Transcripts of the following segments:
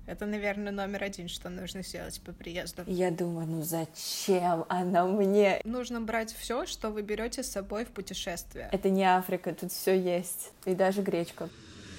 Это, наверное, номер один, что нужно сделать по приезду. Я думаю, ну зачем она мне? Нужно брать все, что вы берете с собой в путешествие. Это не Африка, тут все есть, и даже гречка.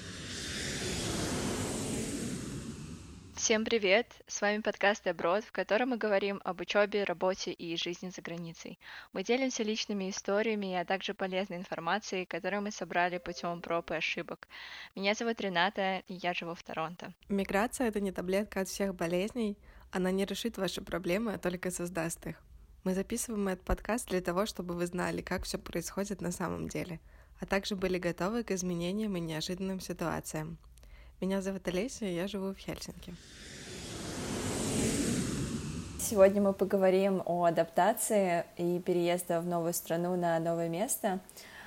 Всем привет! С вами подкаст Abroad, в котором мы говорим об учебе, работе и жизни за границей. Мы делимся личными историями, а также полезной информацией, которую мы собрали путем проб и ошибок. Меня зовут Рената, и я живу в Торонто. Миграция — это не таблетка от всех болезней. Она не решит ваши проблемы, а только создаст их. Мы записываем этот подкаст для того, чтобы вы знали, как все происходит на самом деле, а также были готовы к изменениям и неожиданным ситуациям. Меня зовут Олеся, и я живу в Хельсинки. Сегодня мы поговорим о адаптации и переезде в новую страну на новое место.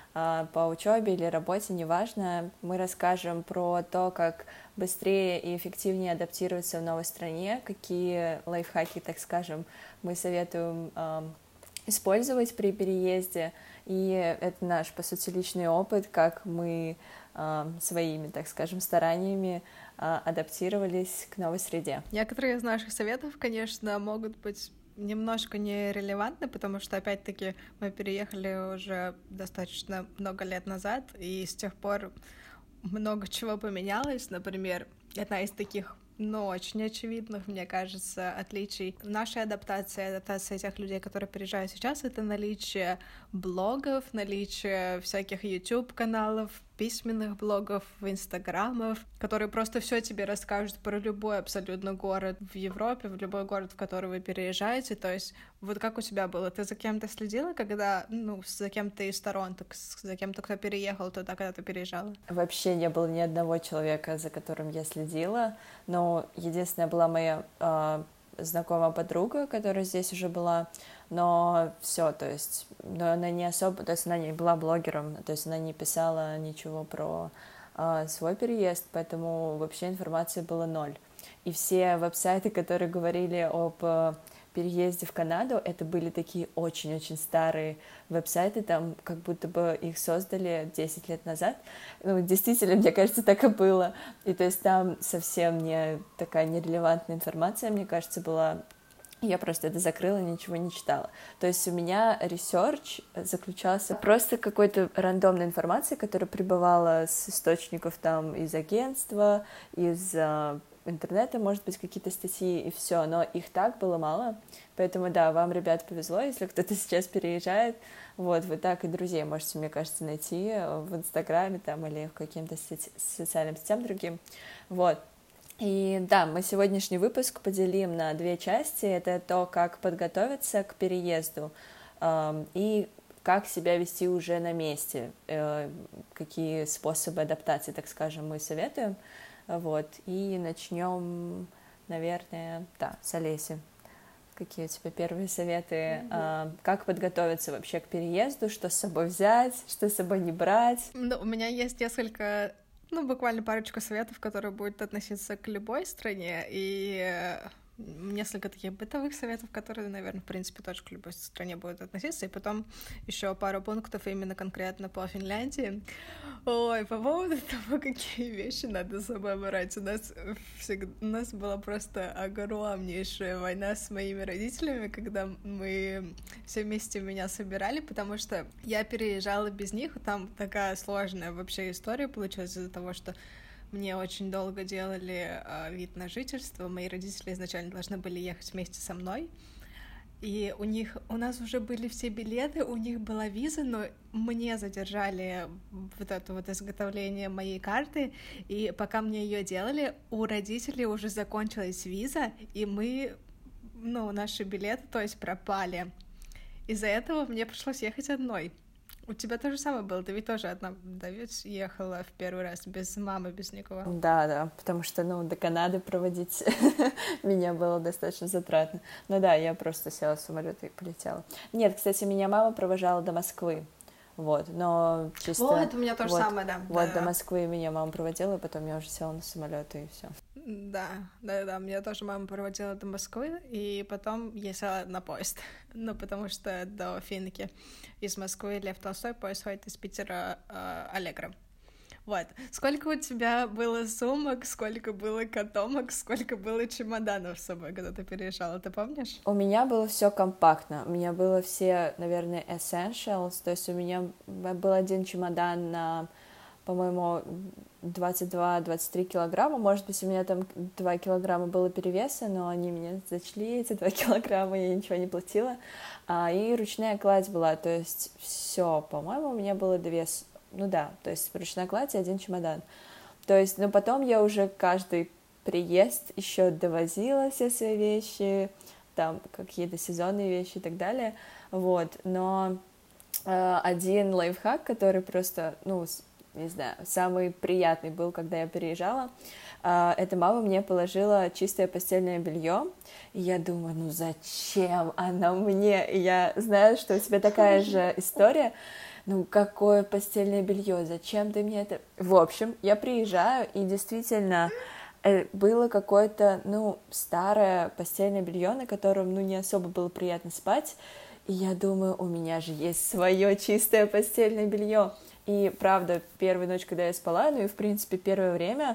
По учебе или работе, неважно. Мы расскажем про то, как быстрее и эффективнее адаптироваться в новой стране, какие лайфхаки, так скажем, мы советуем использовать при переезде. И это наш, по сути, личный опыт, как мы своими, так скажем, стараниями адаптировались к новой среде. Некоторые из наших советов, конечно, могут быть немножко нерелевантны, потому что, опять-таки, мы переехали уже достаточно много лет назад, и с тех пор много чего поменялось. Например, одна из таких, очень очевидных, мне кажется, отличий нашей адаптации, адаптации тех людей, которые переезжают сейчас, это наличие блогов, наличие всяких YouTube-каналов, письменных блогов, инстаграмов, которые просто все тебе расскажут про любой абсолютно город в Европе, в любой город, в который вы переезжаете. То есть вот как у тебя было? Ты за кем-то следила, когда, за кем-то из Торонто, за кем-то, кто переехал туда, когда ты переезжала? Вообще не было ни одного человека, за которым я следила, но единственная была моя знакомая подруга, которая здесь уже была, но все, то есть, но она не особо, то есть она не была блогером, то есть она не писала ничего про свой переезд, поэтому вообще информации было ноль. И все веб-сайты, которые говорили об переезде в Канаду, это были такие очень-очень старые веб-сайты, там как будто бы их создали 10 лет назад. Действительно, мне кажется, так и было. И то есть там совсем не такая нерелевантная информация, мне кажется, была. Я просто это закрыла, ничего не читала. То есть у меня ресерч заключался просто какой-то рандомной информации, которая прибывала с источников там из агентства, из интернета, может быть, какие-то статьи и все, но их так было мало, поэтому, да, вам, ребят, повезло, если кто-то сейчас переезжает, вот, вы так и друзей можете, мне кажется, найти в Инстаграме там или в каким-то социальным сетям другим, вот. И да, мы сегодняшний выпуск поделим на две части, это то, как подготовиться к переезду и как себя вести уже на месте, какие способы адаптации, так скажем, мы советуем. Вот, и начнем, наверное, с Олеси. Какие у тебя первые советы? Как подготовиться вообще к переезду? Что с собой взять? Что с собой не брать? У меня есть несколько, буквально парочку советов, которые будут относиться к любой стране, и несколько таких бытовых советов, которые, наверное, в принципе, тоже к любой стране будут относиться, и потом еще пару пунктов именно конкретно по Финляндии. Ой, по поводу того, какие вещи надо с собой брать. У нас была просто огромнейшая война с моими родителями, когда мы все вместе меня собирали, потому что я переезжала без них, там такая сложная вообще история получилась из-за того, что мне очень долго делали вид на жительство. Мои родители изначально должны были ехать вместе со мной. И у нас уже были все билеты, у них была виза, но мне задержали вот это вот изготовление моей карты. И пока мне ее делали, у родителей уже закончилась виза, и наши билеты, то есть, пропали. Из-за этого мне пришлось ехать одной. У тебя то же самое было, ты ведь тоже одна, да, ведь ехала в первый раз без мамы, без никого? Да, потому что, до Канады проводить меня было достаточно затратно. Да, я просто села в самолет и полетела. Нет, кстати, меня мама провожала до Москвы, вот, но чисто... Вот, у меня то же самое, да. Вот, до Москвы меня мама проводила, и потом я уже села на самолет, и все. Да, меня тоже мама проводила до Москвы, и потом я села на поезд, потому что до Финки из Москвы Лев Толстой поезд ходит из Питера Аллегро. Вот. Сколько у тебя было сумок, сколько было котомок, сколько было чемоданов с собой, когда ты переезжала, ты помнишь? У меня было все компактно. У меня было все, наверное, essentials. То есть у меня был один чемодан на, по-моему, 22-23 килограмма. Может быть, у меня там 2 килограмма было перевеса, но они меня зачли, эти 2 килограмма, я ничего не платила. И ручная кладь была, то есть все, по-моему, у меня было ну да, то есть ручная кладь и один чемодан. То есть, но потом я уже каждый приезд еще довозила все свои вещи, там какие-то сезонные вещи и так далее, вот, но один лайфхак, который просто, ну, не знаю, самый приятный был, когда я переезжала, это мама мне положила чистое постельное белье, и я думаю, ну зачем оно мне? И я знаю, что у тебя такая же история. Ну, какое постельное белье, зачем ты мне это... В общем, я приезжаю, и действительно было какое-то, ну, старое постельное белье, на котором, ну, не особо было приятно спать, и я думаю, у меня же есть свое чистое постельное белье. И правда, первую ночь, когда я спала, ну и, в принципе, первое время,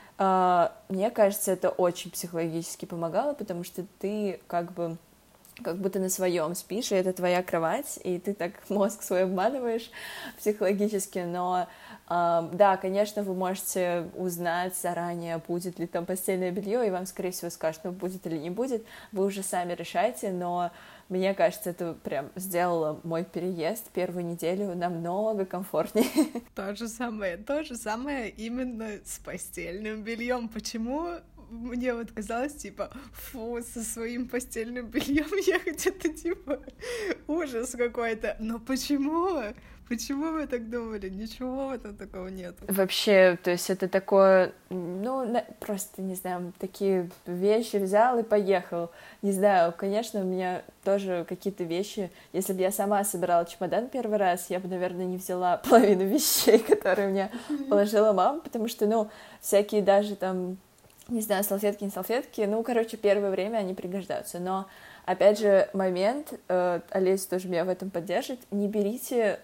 мне кажется, это очень психологически помогало, потому что ты как будто на своем спишь, и это твоя кровать, и ты так мозг свой обманываешь психологически, но да, конечно, вы можете узнать заранее, будет ли там постельное белье, и вам, скорее всего, скажут, ну, будет или не будет, вы уже сами решайте, но мне кажется, это прям сделало мой переезд первую неделю намного комфортнее. То же самое именно с постельным бельем. Почему мне вот казалось, типа, фу, со своим постельным бельем ехать, это, типа, ужас какой-то. Но почему? Почему вы так думали? Ничего в этом такого нету. Вообще, то есть это такое, ну, просто, не знаю, такие вещи взял и поехал. Не знаю, конечно, у меня тоже какие-то вещи, если бы я сама собирала чемодан первый раз, я бы, наверное, не взяла половину вещей, которые мне положила мама, потому что, ну, всякие даже там, не знаю, салфетки, не салфетки, ну, короче, первое время они пригождаются, но, опять же, момент, Олеся тоже меня в этом поддержит, не берите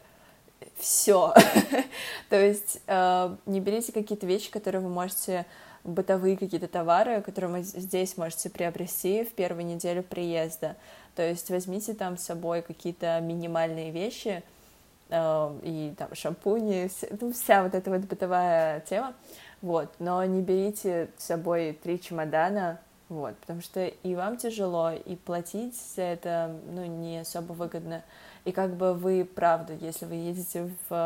все. То есть не берите какие-то вещи, которые вы можете, бытовые какие-то товары, которые вы здесь можете приобрести в первую неделю приезда. То есть возьмите там с собой какие-то минимальные вещи, и там шампуни, ну, вся вот эта вот бытовая тема, вот, но не берите с собой 3 чемодана, вот, потому что и вам тяжело, и платить за это, ну, не особо выгодно. И как бы вы, правда, если вы едете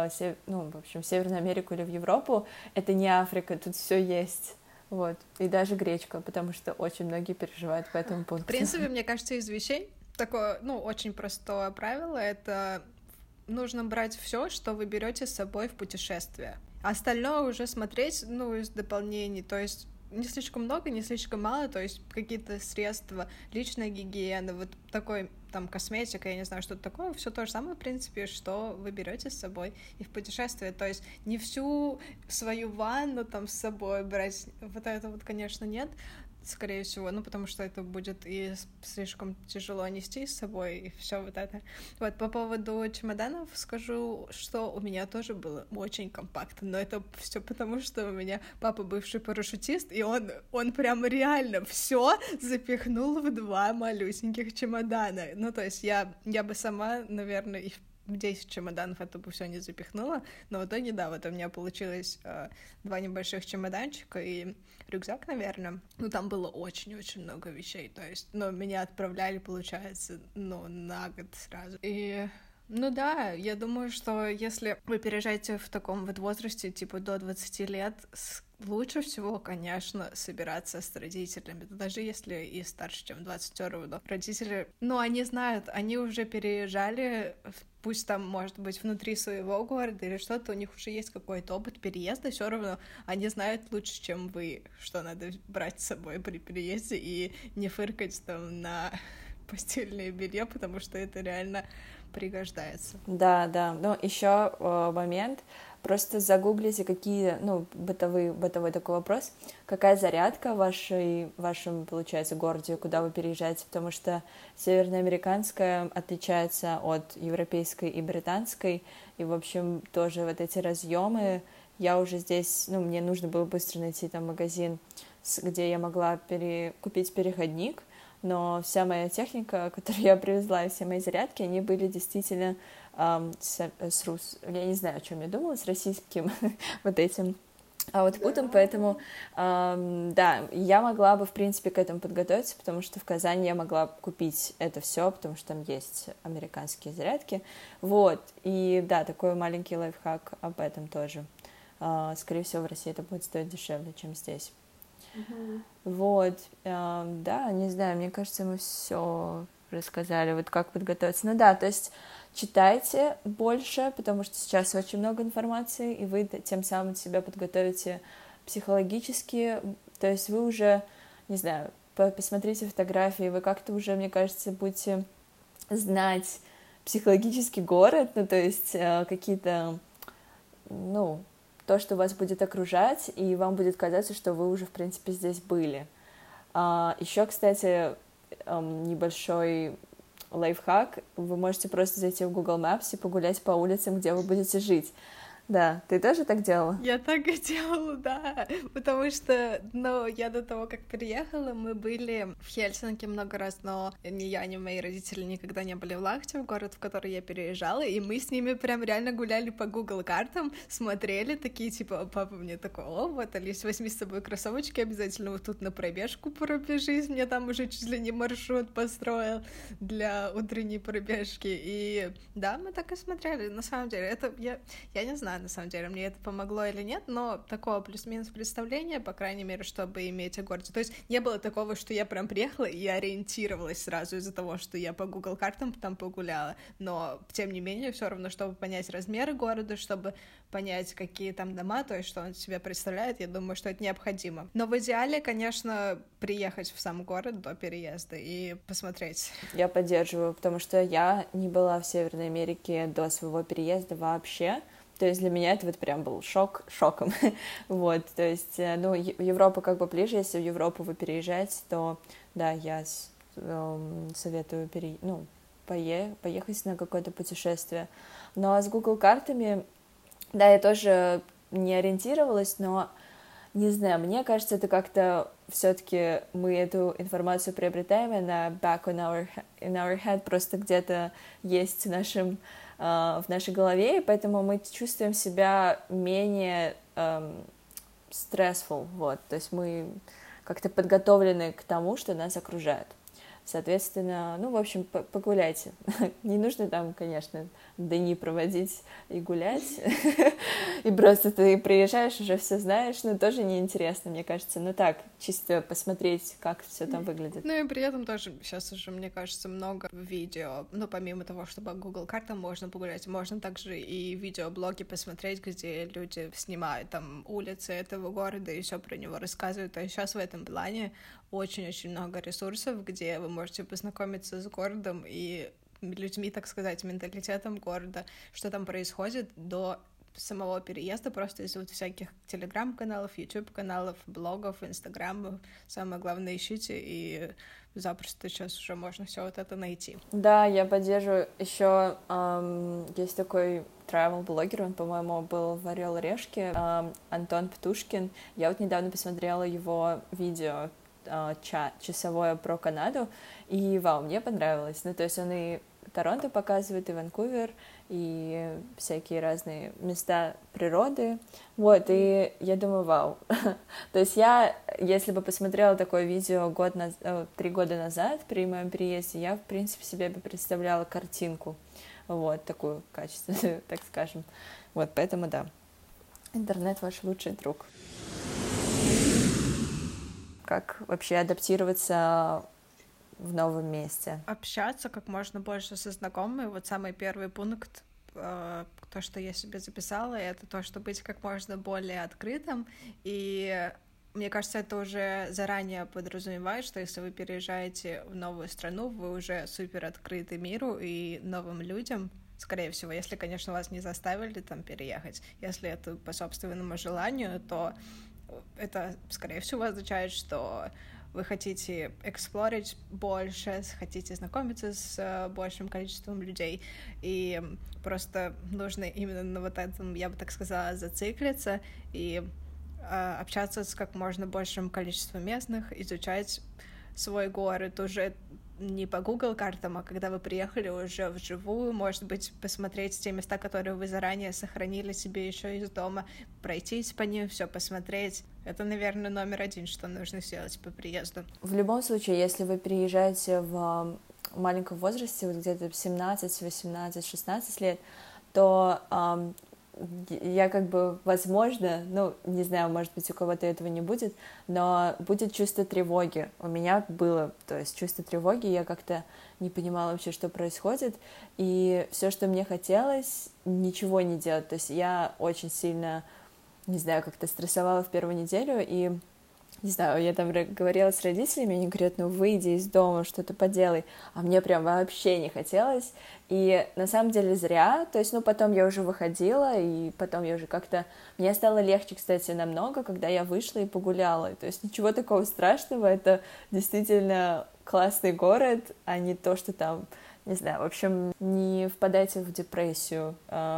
ну, в общем, в Северную Америку или в Европу, это не Африка, тут все есть. Вот. И даже гречка, потому что очень многие переживают по этому пункту. В принципе, мне кажется, из вещей такое, ну, очень простое правило — это нужно брать все, что вы берете с собой в путешествие. Остальное уже смотреть, ну, из дополнений, то есть не слишком много, не слишком мало, то есть какие-то средства, личная гигиена, вот такой там косметика, я не знаю, что-то такое, все то же самое, в принципе, что вы берете с собой и в путешествие, то есть не всю свою ванну там с собой брать, вот это вот, конечно, нет, скорее всего, ну, потому что это будет и слишком тяжело нести с собой, и все вот это. Вот, по поводу чемоданов скажу, что у меня тоже было очень компактно, но это все потому, что у меня папа бывший парашютист, и он прям реально все запихнул в 2 малюсеньких чемодана. Ну, то есть я бы сама, наверное, и 10 чемоданов это бы все не запихнула, но в итоге, да, вот у меня получилось 2 небольших чемоданчика и рюкзак, наверное. Ну, там было очень-очень много вещей, то есть, ну, меня отправляли, получается, ну, на год сразу. И ну да, я думаю, что если вы переезжаете в таком вот возрасте, типа до 20 лет, лучше всего, конечно, собираться с родителями, даже если и старше, чем 22 года. Родители, ну, они знают, они уже переезжали, пусть там, может быть, внутри своего города или что-то, у них уже есть какой-то опыт переезда, все равно они знают лучше, чем вы, что надо брать с собой при переезде и не фыркать там на постельное белье, потому что это реально пригождается. Да, да. Но еще момент. Просто загуглите, какие, ну, бытовой такой вопрос. Какая зарядка в вашем, получается, городе, куда вы переезжаете, потому что северноамериканская отличается от европейской и британской, и, в общем, тоже вот эти разъемы я уже здесь, ну, мне нужно было быстро найти там магазин, где я могла купить переходник, но вся моя техника, которую я привезла, и все мои зарядки, они были действительно я не знаю, о чем я думала, с российским вот этим аутпутом, поэтому, да, я могла бы, в принципе, к этому подготовиться, потому что в Казани я могла купить это все, потому что там есть американские зарядки, вот, и, да, такой маленький лайфхак об этом тоже. Скорее всего, в России это будет стоить дешевле, чем здесь. Вот, да, не знаю, мне кажется, мы все рассказали, вот как подготовиться. Ну да, то есть читайте больше, потому что сейчас очень много информации, и вы тем самым себя подготовите психологически, то есть вы уже, не знаю, посмотрите фотографии, вы как-то уже, мне кажется, будете знать психологический город, ну то есть какие-то, ну, то, что вас будет окружать, и вам будет казаться, что вы уже, в принципе, здесь были. Еще, кстати, небольшой лайфхак. Вы можете просто зайти в Google Maps и погулять по улицам, где вы будете жить. Да, ты тоже так делала? Я так и делала, да, потому что, ну, я до того, как переехала, мы были в Хельсинки много раз, но ни я, ни мои родители никогда не были в Лахте, в город, в который я переезжала, и мы с ними прям реально гуляли по Google картам, смотрели, такие, типа, папа мне такой: о, вот, Алис, возьми с собой кроссовочки, обязательно вот тут на пробежку пробежись, мне там уже чуть ли не маршрут построил для утренней пробежки, и да, мы так и смотрели, на самом деле, это, я не знаю, на самом деле, мне это помогло или нет, но такого плюс-минус представления, по крайней мере, чтобы иметь о городе. То есть не было такого, что я прям приехала и ориентировалась сразу из-за того, что я по Google картам там погуляла, но, тем не менее, все равно, чтобы понять размеры города, чтобы понять, какие там дома, то есть что он из себя представляет, я думаю, что это необходимо. Но в идеале, конечно, приехать в сам город до переезда и посмотреть. Я поддерживаю, потому что я не была в Северной Америке до своего переезда вообще. То есть для меня это вот прям был шоком. Вот, то есть, ну, Европа как бы ближе, если в Европу вы переезжаете, то, да, я советую поехать на какое-то путешествие. Но с Google картами, да, я тоже не ориентировалась, но, не знаю, мне кажется, это как-то все-таки мы эту информацию приобретаем, она back in our head, просто где-то есть в нашей голове, и поэтому мы чувствуем себя менее stressful, вот, то есть мы как-то подготовлены к тому, что нас окружает. Соответственно, ну, в общем, погуляйте. Не нужно там, конечно, дни проводить и гулять. И просто ты приезжаешь, уже все знаешь, но тоже неинтересно, мне кажется. Ну так, чисто посмотреть, как все там выглядит. Ну и при этом тоже сейчас уже, мне кажется, много видео. Ну, помимо того, что по Google картам можно погулять, можно также и видеоблоги посмотреть, где люди снимают там улицы этого города и все про него рассказывают. То есть сейчас в этом плане очень-очень много ресурсов, где вы можете познакомиться с городом и людьми, так сказать, менталитетом города, что там происходит до самого переезда, просто из вот всяких телеграм-каналов, YouTube-каналов, блогов, инстаграмов. Самое главное, ищите, и запросто сейчас уже можно все вот это найти. Да, я поддерживаю. Еще есть такой travel-блогер, он, по-моему, был в «Орел и Решке», Антон Птушкин. Я вот недавно посмотрела его видео часовое про Канаду, и вау, мне понравилось. Ну, то есть он и Торонто показывает, и Ванкувер, и всякие разные места природы. Вот, и я думаю, вау. То есть я, если бы посмотрела такое видео 3 года назад при моем переезде, я, в принципе, себе бы представляла картинку. Вот, такую качественную, так скажем. Вот, поэтому да. Интернет ваш лучший друг. Как вообще адаптироваться в новом месте? Общаться как можно больше со знакомыми. Вот самый первый пункт, то, что я себе записала, это то, что быть как можно более открытым. И мне кажется, это уже заранее подразумевает, что если вы переезжаете в новую страну, вы уже супер открыты миру и новым людям. Скорее всего, если, конечно, вас не заставили там переехать. Если это по собственному желанию, то это, скорее всего, означает, что вы хотите эксплорить больше, хотите знакомиться с большим количеством людей, и просто нужно именно на вот этом, я бы так сказала, зациклиться и общаться с как можно большим количеством местных, изучать свой город уже не по Google картам, а когда вы приехали уже вживую, может быть, посмотреть те места, которые вы заранее сохранили себе еще из дома, пройтись по ним, все посмотреть. Это, наверное, номер один, что нужно сделать по приезду. В любом случае, если вы приезжаете в маленьком возрасте, вот где-то 17, 18, 16 лет, то я как бы, возможно, ну, не знаю, может быть, у кого-то этого не будет, но будет чувство тревоги. У меня было, то есть чувство тревоги, я как-то не понимала вообще, что происходит, и все, что мне хотелось, ничего не делать. То есть я очень сильно, не знаю, как-то стрессовала в первую неделю, и не знаю, я там говорила с родителями, они говорят, ну, выйди из дома, что-то поделай, а мне прям вообще не хотелось, и на самом деле зря, то есть, ну, потом я уже выходила, и потом я уже как-то, мне стало легче, кстати, намного, когда я вышла и погуляла, то есть ничего такого страшного, это действительно классный город, а не то, что там, не знаю, в общем, не впадайте в депрессию,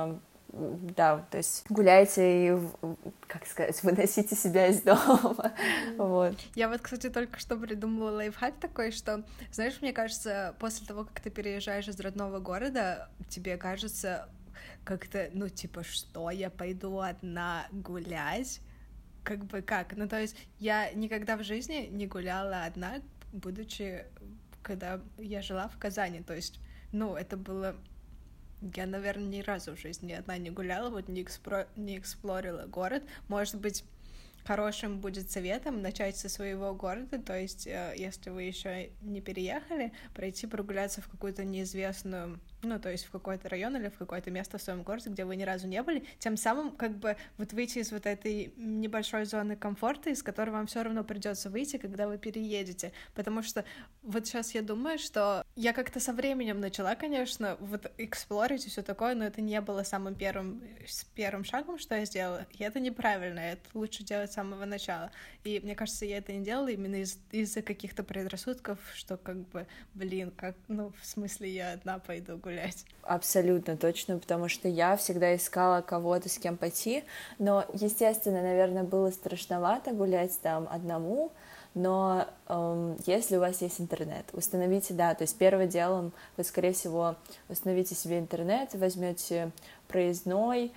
да, то есть гуляйте и, как сказать, выносите себя из дома, вот. Я вот, кстати, только что придумала лайфхак такой, что, знаешь, мне кажется, после того, как ты переезжаешь из родного города, тебе кажется как-то, ну, типа, что, я пойду одна гулять? Как бы как? Ну, то есть я никогда в жизни не гуляла одна, будучи, когда я жила в Казани, то есть, ну, это было... Я, наверное, ни разу в жизни одна не гуляла, вот не эксплорила город. Может быть, хорошим будет советом начать со своего города, то есть, если вы еще не переехали, пройти прогуляться в какую-то неизвестную, ну, то есть в какой-то район или в какое-то место в своем городе, где вы ни разу не были, тем самым как бы вот выйти из вот этой небольшой зоны комфорта, из которой вам все равно придется выйти, когда вы переедете, потому что вот сейчас я думаю, что я как-то со временем начала, конечно, вот эксплорить и все такое, но это не было самым первым шагом, что я сделала, и это неправильно, это лучше делать с самого начала, и мне кажется, я это не делала именно из-за каких-то предрассудков, что как бы, блин, как, ну, в смысле я одна пойду гулять. Абсолютно точно, потому что я всегда искала кого-то, с кем пойти, но, естественно, наверное, было страшновато гулять там одному, но если у вас есть интернет, установите, да, то есть первым делом вы, скорее всего, установите себе интернет, возьмете проездной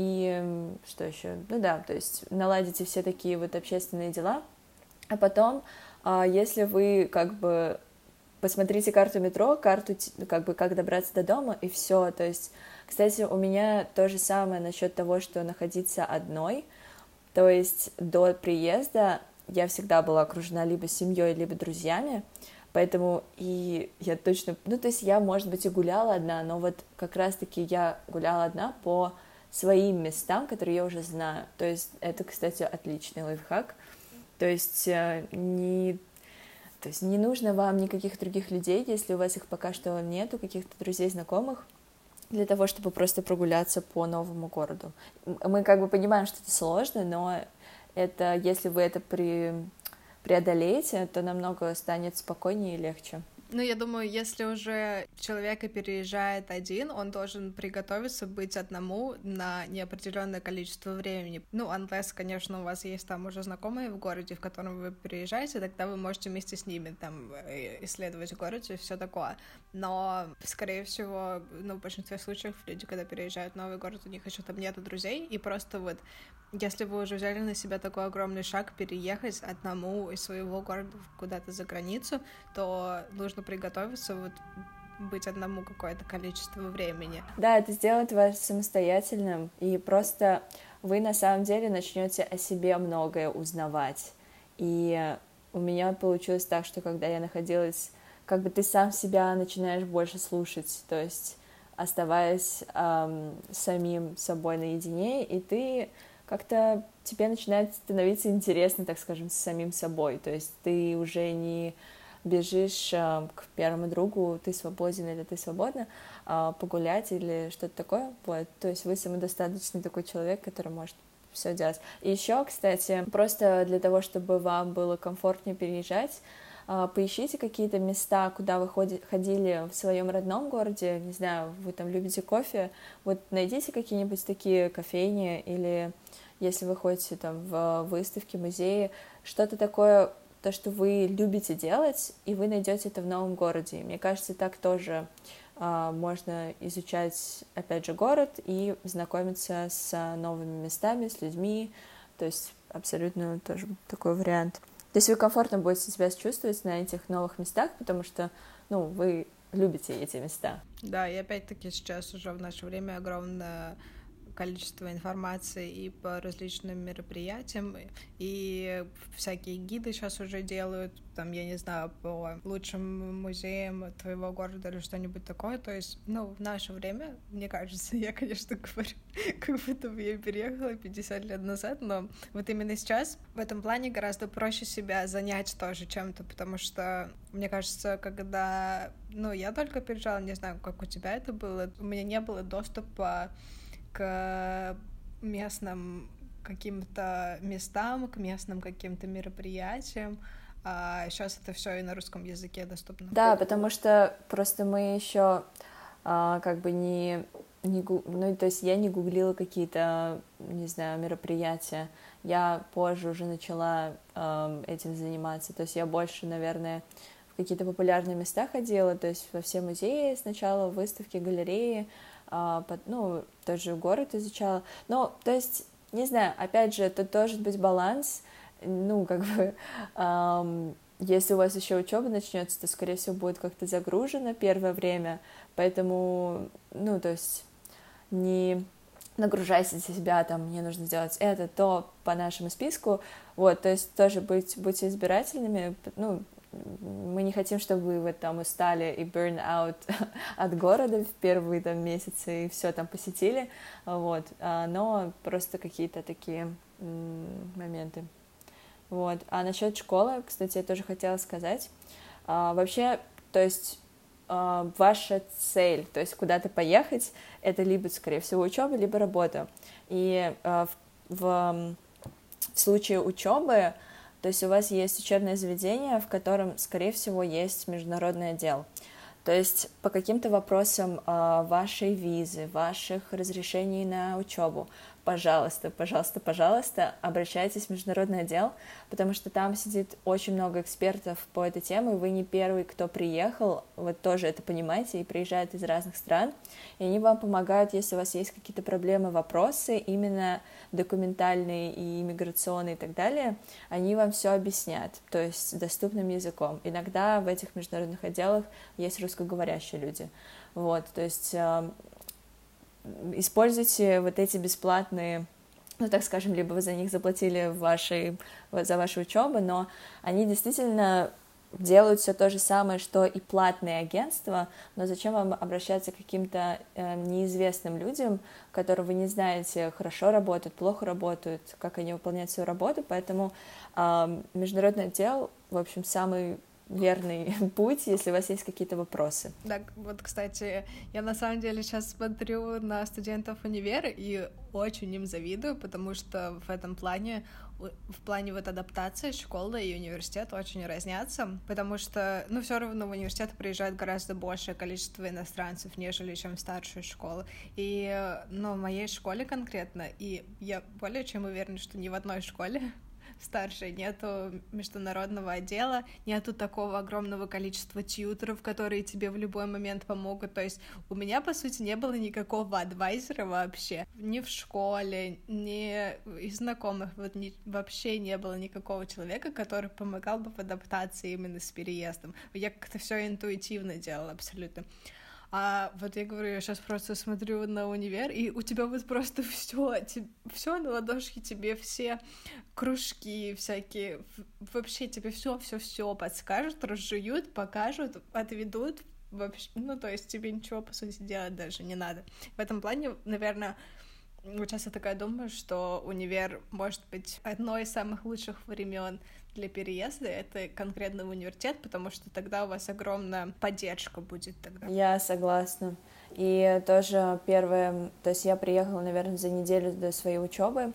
и что еще, ну да, то есть наладите все такие вот общественные дела, а потом, если вы как бы посмотрите карту метро, карту, как бы, как добраться до дома, и все. То есть, кстати, у меня то же самое насчет того, что находиться одной. То есть до приезда я всегда была окружена либо семьей, либо друзьями, поэтому и я точно... Ну, то есть я, может быть, и гуляла одна, но вот как раз-таки я гуляла одна по своим местам, которые я уже знаю. То есть это, кстати, отличный лайфхак. То есть не нужно вам никаких других людей, если у вас их пока что нету, каких-то друзей, знакомых, для того, чтобы просто прогуляться по новому городу. Мы как бы понимаем, что это сложно, но это, если вы это преодолеете, то намного станет спокойнее и легче. Ну, я думаю, если уже человек и переезжает один, он должен приготовиться быть одному на неопределенное количество времени. Ну, unless, конечно, у вас есть там уже знакомые в городе, в котором вы переезжаете, тогда вы можете вместе с ними там исследовать город и все такое. Но, скорее всего, ну, в большинстве случаев люди, когда переезжают в новый город, у них еще там нету друзей, и просто вот если вы уже взяли на себя такой огромный шаг переехать одному из своего города куда-то за границу, то нужно приготовиться вот быть одному какое-то количество времени. Да, это сделает вас самостоятельным, и просто вы на самом деле начнете о себе многое узнавать. И у меня получилось так, что когда я находилась, как бы ты сам себя начинаешь больше слушать, то есть оставаясь самим собой наедине, и ты как-то тебе начинает становиться интересно, так скажем, с самим собой, то есть ты уже не бежишь к первому другу, ты свободен или ты свободна, погулять или что-то такое, вот, то есть вы самодостаточный такой человек, который может все делать. И еще, кстати, просто для того, чтобы вам было комфортнее переезжать, поищите какие-то места, куда вы ходили в своем родном городе, не знаю, вы там любите кофе, вот найдите какие-нибудь такие кофейни, или если вы ходите там в выставки, музеи, что-то такое, то, что вы любите делать, и вы найдете это в новом городе. Мне кажется, так тоже можно изучать, опять же, город и знакомиться с новыми местами, с людьми, то есть абсолютно тоже такой вариант. То есть вы комфортно будете себя чувствовать на этих новых местах, потому что, ну, вы любите эти места. Да, и опять-таки сейчас уже в наше время огромное количество информации и по различным мероприятиям, и всякие гиды сейчас уже делают, там, я не знаю, по лучшим музеям твоего города или что-нибудь такое, то есть, ну, в наше время, мне кажется, я, конечно, говорю, как будто бы я переехала 50 лет назад, но вот именно сейчас в этом плане гораздо проще себя занять тоже чем-то, потому что, мне кажется, когда, ну, я только переезжала, не знаю, как у тебя это было, у меня не было доступа к местным каким-то местам, к местным каким-то мероприятиям. А сейчас это все и на русском языке доступно. Да, потому что просто мы еще как бы ну, то есть я не гуглила какие-то, не знаю, мероприятия. Я позже уже начала этим заниматься. То есть я больше, наверное, в какие-то популярные места ходила, то есть во все музеи сначала, выставки, галереи, ну, тоже город изучала. Ну, то есть, не знаю, опять же, тут должен быть баланс. Ну, как бы, если у вас еще учеба начнется, то, скорее всего, будет как-то загружено первое время, поэтому, ну, то есть, не нагружайте себя, там, мне нужно сделать это, то по нашему списку, вот, то есть тоже будьте избирательными, ну, мы не хотим, чтобы вы там устали и burn out от города в первые там месяцы и все там посетили, вот, но просто какие-то такие моменты. Вот. А насчет школы, кстати, я тоже хотела сказать, вообще, то есть ваша цель, то есть куда-то поехать, это либо, скорее всего, учеба, либо работа. И в случае учебы, то есть у вас есть учебное заведение, в котором, скорее всего, есть международный отдел. То есть по каким-то вопросам вашей визы, ваших разрешений на учебу, пожалуйста, пожалуйста, пожалуйста, обращайтесь в международный отдел, потому что там сидит очень много экспертов по этой теме, вы не первый, кто приехал, вот тоже это понимаете, и приезжают из разных стран, и они вам помогают, если у вас есть какие-то проблемы, вопросы, именно документальные и иммиграционные и так далее, они вам все объяснят, то есть доступным языком. Иногда в этих международных отделах есть русскоговорящие люди, вот, то есть используйте вот эти бесплатные, ну, так скажем, либо вы за них заплатили за вашу учебу, но они действительно делают все то же самое, что и платные агентства, но зачем вам обращаться к каким-то неизвестным людям, которые вы не знаете, хорошо работают, плохо работают, как они выполняют свою работу, поэтому международный отдел, в общем, самый верный путь, если у вас есть какие-то вопросы. Да, вот, кстати, я на самом деле сейчас смотрю на студентов универа и очень им завидую, потому что в этом плане, в плане вот адаптации школы и университет очень разнятся, потому что, ну, все равно в университет приезжает гораздо большее количество иностранцев, нежели чем в старшую школу. И, ну, в моей школе конкретно, и я более чем уверена, что ни в одной школе старшей нету международного отдела, нету такого огромного количества тьюторов, которые тебе в любой момент помогут. То есть у меня, по сути, не было никакого адвайзера вообще. Ни в школе, ни из знакомых. Вот вообще не было никакого человека, который помогал бы в адаптации именно с переездом. Я как-то все интуитивно делала абсолютно. А вот я говорю, я сейчас просто смотрю на универ, и у тебя вот просто все на ладошке, тебе все кружки всякие, вообще тебе все подскажут, разжуют, покажут, отведут, вообще, ну, то есть тебе ничего, по сути, делать даже не надо. В этом плане, наверное, вот сейчас я такая думаю, что универ может быть одной из самых лучших времен для переезда, это конкретно в университет, потому что тогда у вас огромная поддержка будет тогда. Я согласна. И тоже первое, то есть я приехала, наверное, за неделю до своей учебы,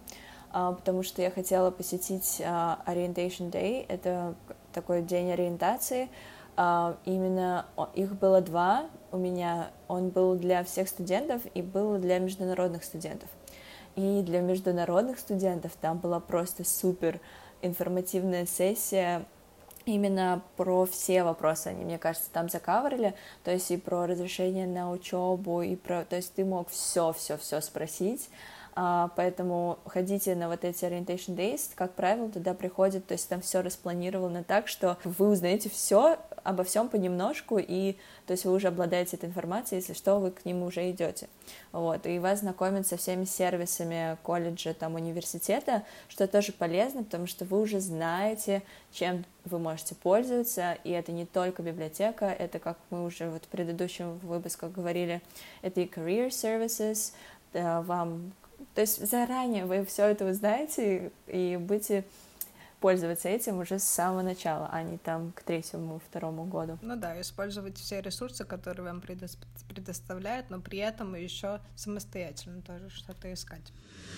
потому что я хотела посетить Orientation Day, это такой день ориентации. Именно их было 2 у меня, он был для всех студентов и был для международных студентов. И для международных студентов там была просто супер информативная сессия именно про все вопросы, они, мне кажется, там закаверили, то есть и про разрешение на учебу, и про, то есть ты мог все спросить, поэтому ходите на вот эти Orientation Days, как правило, туда приходят, то есть там все распланировано так, что вы узнаете все обо всем понемножку, и то есть вы уже обладаете этой информацией, если что, вы к ним уже идете, вот, и вас знакомят со всеми сервисами колледжа, там, университета, что тоже полезно, потому что вы уже знаете, чем вы можете пользоваться, и это не только библиотека, это, как мы уже вот в предыдущем выпуске говорили, это и career services, вам, то есть заранее вы все это узнаете и будете пользоваться этим уже с самого начала, а не там к 3-2 году. Ну да, использовать все ресурсы, которые вам предоставляют, но при этом еще самостоятельно тоже что-то искать.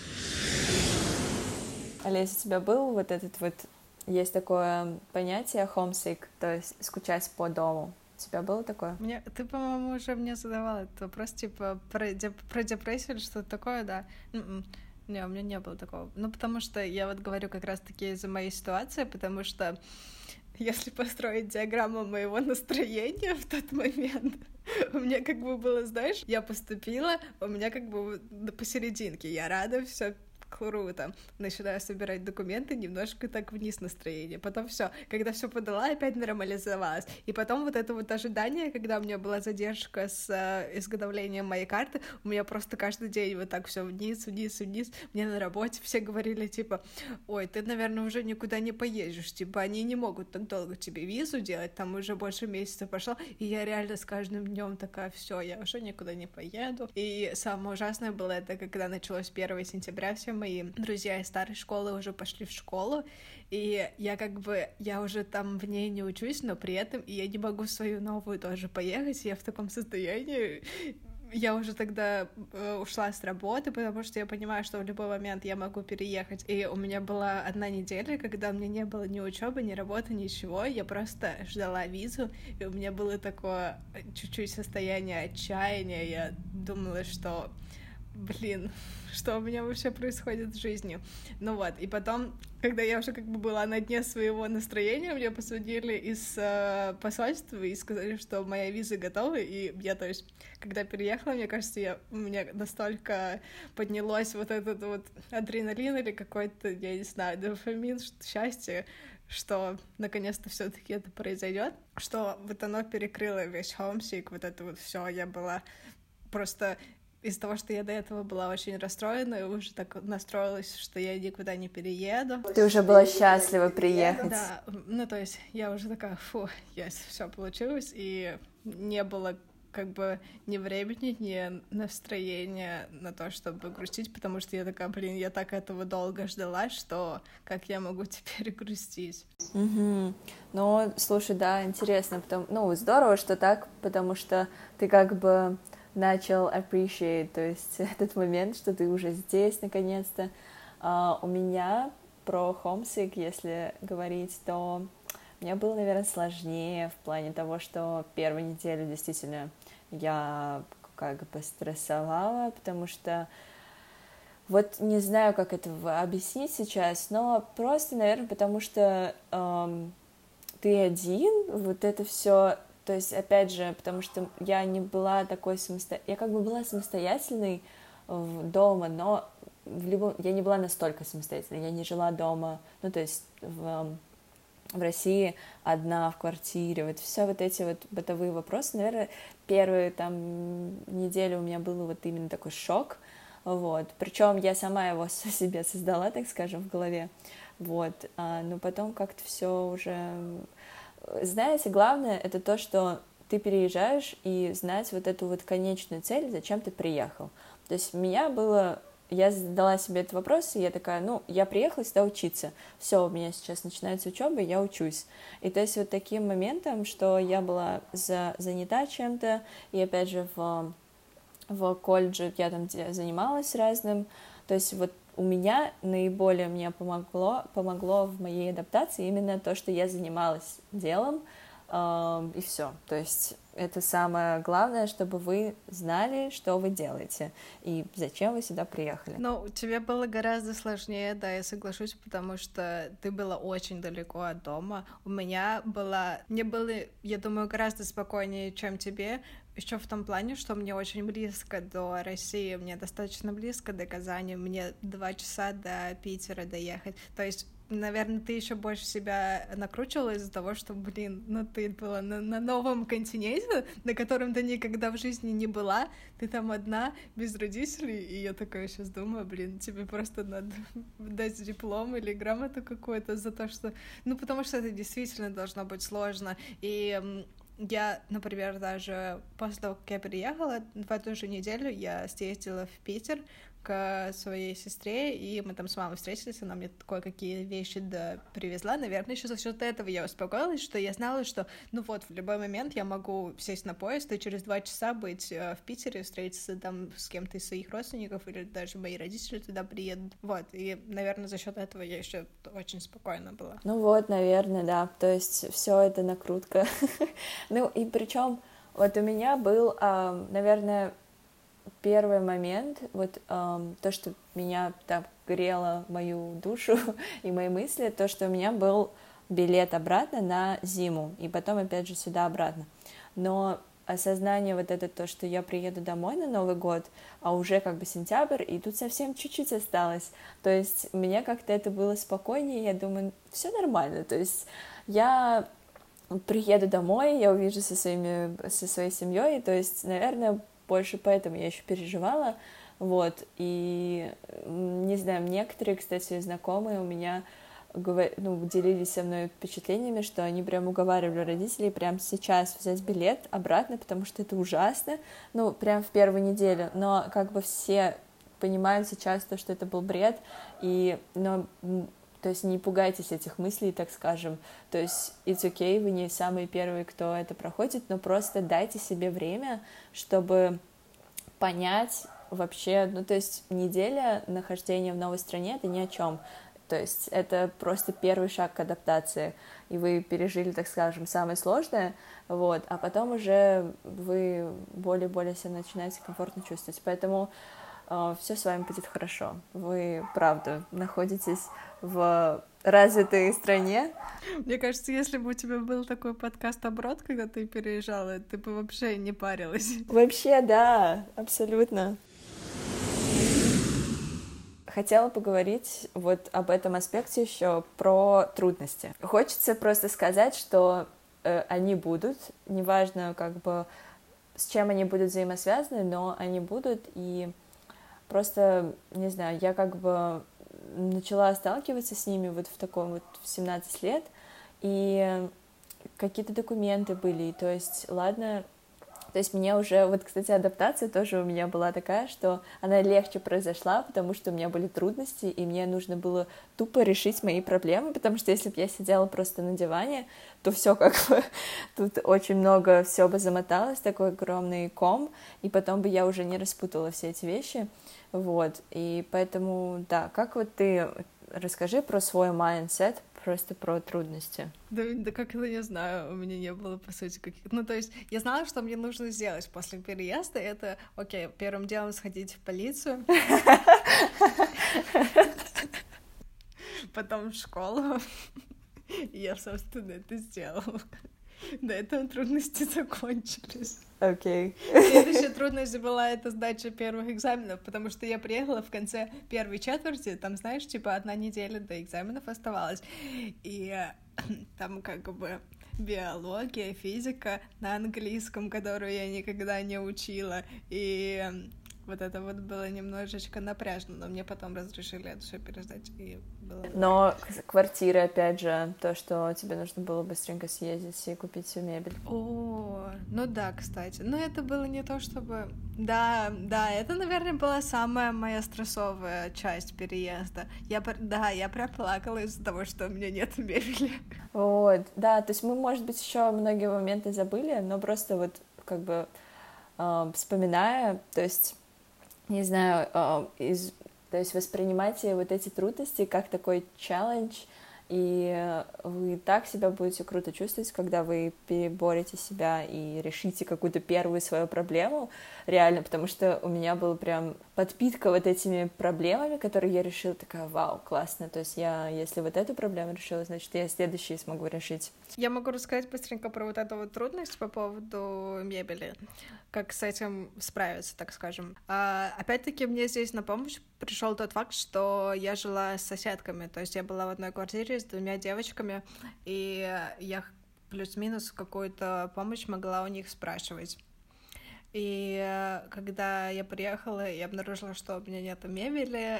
Олесь, у тебя был вот этот вот, есть такое понятие homesick, то есть скучать по дому? У тебя было такое? Ты, по-моему, уже мне задавала этот вопрос, типа, про депрессию или что-то такое, да? Не, у меня не было такого. Ну, потому что я вот говорю как раз-таки из-за моей ситуации, потому что если построить диаграмму моего настроения в тот момент, у меня как бы было, знаешь, я поступила, у меня как бы посерединке, я рада, все круто. Начинаю собирать документы, немножко так вниз настроение. Потом все, когда все подала, опять нормализовалось. И потом вот это вот ожидание, когда у меня была задержка с изготовлением моей карты, у меня просто каждый день вот так все вниз. Мне на работе все говорили, типа, ой, ты, наверное, уже никуда не поедешь, типа, они не могут так долго тебе визу делать, там уже больше месяца пошло, и я реально с каждым днем такая, все, я уже никуда не поеду. И самое ужасное было это, когда началось 1 сентября, все мои друзья из старой школы уже пошли в школу, и я уже там в ней не учусь, но при этом я не могу в свою новую тоже поехать, я в таком состоянии. Я уже тогда ушла с работы, потому что я понимаю, что в любой момент я могу переехать. И у меня была 1 неделя, когда у меня не было ни учебы, ни работы, ничего. Я просто ждала визу, и у меня было такое чуть-чуть состояние отчаяния. Я думала, что что у меня вообще происходит с жизнью. Ну вот, и потом, когда я уже как бы была на дне своего настроения, мне позвонили из посольства и сказали, что моя виза готова, и я, то есть, когда переехала, мне кажется, у меня настолько поднялось вот этот вот адреналин или какой-то, я не знаю, дофамин, счастье, что наконец-то все-таки это произойдет, что вот оно перекрыло весь homesick, вот это вот все, я была просто... Из-за того, что я до этого была очень расстроена, и уже так настроилась, что я никуда не перееду. Ты уже была счастлива приехать. Да, ну то есть я уже такая, все получилось, и не было как бы ни времени, ни настроения на то, чтобы грустить, потому что я такая, я так этого долго ждала, что как я могу теперь грустить. Ну, слушай, да, интересно, здорово, что так, потому что ты как бы начал appreciate, то есть этот момент, что ты уже здесь наконец-то. У меня про homesick, если говорить, то мне было, наверное, сложнее в плане того, что 1 неделю действительно я как бы стрессовала, потому что вот не знаю, как это объяснить сейчас, но просто, наверное, потому что ты один, вот это все. То есть, опять же, потому что я не была такой я как бы была самостоятельной дома, но я не была настолько самостоятельной, я не жила дома, ну, то есть в России одна в квартире, вот все вот эти вот бытовые вопросы, наверное, первые там неделю у меня был вот именно такой шок, вот, причем я сама его себе создала, так скажем, в голове, вот, но потом как-то все уже... Знаете, главное это то, что ты переезжаешь и знать вот эту вот конечную цель, зачем ты приехал. То есть я задала себе этот вопрос, и я такая, я приехала сюда учиться, все, у меня сейчас начинается учеба, я учусь. И то есть вот таким моментом, что я была занята чем-то, и опять же в колледже я там занималась разным, то есть вот у меня наиболее мне помогло в моей адаптации именно то, что я занималась делом, и все. То есть это самое главное, чтобы вы знали, что вы делаете и зачем вы сюда приехали. Ну, тебе было гораздо сложнее, да, я соглашусь, потому что ты была очень далеко от дома. Мне было, я думаю, гораздо спокойнее, чем тебе, еще в том плане, что мне очень близко до России, мне достаточно близко до Казани, мне 2 часа до Питера доехать. То есть, наверное, ты еще больше себя накручивала из-за того, что, ну ты была на новом континенте, на котором ты никогда в жизни не была, ты там одна, без родителей, и я такая сейчас думаю, тебе просто надо дать диплом или грамоту какую-то за то, что... Ну, потому что это действительно должно быть сложно, и... Я, например, даже после того, как я переехала, в эту же неделю я съездила в Питер к своей сестре, и мы там с мамой встретились, она мне кое-какие вещи привезла. Наверное, еще за счет этого я успокоилась, что я знала, что, ну вот, в любой момент я могу сесть на поезд и через 2 часа быть в Питере, встретиться там с кем-то из своих родственников, или даже мои родители туда приедут. Вот, и, наверное, за счет этого я еще очень спокойна была. Ну вот, наверное, да, то есть все это накрутка. Ну и причем вот у меня был, наверное, первый момент, вот то, что меня так грело мою душу и мои мысли, то, что у меня был билет обратно на зиму, и потом опять же сюда обратно. Но осознание вот это, то, что я приеду домой на Новый год, а уже как бы сентябрь, и тут совсем чуть-чуть осталось. То есть мне как-то это было спокойнее, я думаю, все нормально, то есть я приеду домой, я увижу со своей семьей, то есть, наверное, больше поэтому я еще переживала, вот, и, не знаю, некоторые, кстати, знакомые у меня делились со мной впечатлениями, что они прям уговаривали родителей прямо сейчас взять билет обратно, потому что это ужасно, ну, прям в первую неделю, но как бы все понимают сейчас то, что это был бред, то есть не пугайтесь этих мыслей, так скажем. То есть it's okay, вы не самые первые, кто это проходит, но просто дайте себе время, чтобы понять вообще, ну то есть неделя нахождения в новой стране — это ни о чем. То есть это просто первый шаг к адаптации, и вы пережили, так скажем, самое сложное, вот, а потом уже вы более-более себя начинаете комфортно чувствовать. Поэтому все с вами будет хорошо. Вы, правда, находитесь в развитой стране. Мне кажется, если бы у тебя был такой подкаст «Аброд», когда ты переезжала, ты бы вообще не парилась. Вообще, да, абсолютно. Хотела поговорить вот об этом аспекте еще, про трудности. Хочется просто сказать, что они будут, неважно, как бы, с чем они будут взаимосвязаны, но они будут, и просто, не знаю, я как бы начала сталкиваться с ними вот в таком вот в 17 лет, и какие-то документы были, то есть, ладно, то есть мне уже, вот, кстати, адаптация тоже у меня была такая, что она легче произошла, потому что у меня были трудности, и мне нужно было тупо решить мои проблемы, потому что если бы я сидела просто на диване, то все как бы, тут очень много, все бы замоталось, такой огромный ком, и потом бы я уже не распутала все эти вещи, вот, и поэтому, да, как вот ты, расскажи про свой mindset, просто про трудности. Да как это, не знаю, у меня не было, по сути, каких-то... Ну, то есть, я знала, что мне нужно сделать после переезда, это, окей, первым делом сходить в полицию, потом в школу, и я, собственно, это сделала. На этом трудности закончились. Окей. Следующая трудность была это сдача первых экзаменов, потому что я приехала в конце первой четверти, там, знаешь, типа 1 неделя до экзаменов оставалась, и там как бы биология, физика на английском, которую я никогда не учила, и вот это вот было немножечко напряжно, но мне потом разрешили это все пересдать, и было... Но квартира, опять же, то, что тебе нужно было быстренько съездить и купить всю мебель. О, ну да, кстати. Но это было не то, чтобы... Да, это, наверное, была самая моя стрессовая часть переезда. Я прям плакала из-за того, что у меня нет мебели. Вот, да, то есть мы, может быть, еще многие моменты забыли, но просто вот как бы вспоминая, то есть, не знаю, То есть воспринимайте вот эти трудности как такой челлендж, и вы так себя будете круто чувствовать, когда вы переборете себя и решите какую-то первую свою проблему, реально, потому что у меня была прям подпитка вот этими проблемами, которые я решила, такая, вау, классно, то есть я, если вот эту проблему решила, значит, я следующие смогу решить. Я могу рассказать быстренько про вот эту вот трудность по поводу мебели, как с этим справиться, так скажем. Опять-таки, мне здесь на помощь пришел тот факт, что я жила с соседками, то есть я была в одной квартире с 2 девочками, и я плюс-минус какую-то помощь могла у них спрашивать. И когда я приехала и обнаружила, что у меня нету мебели,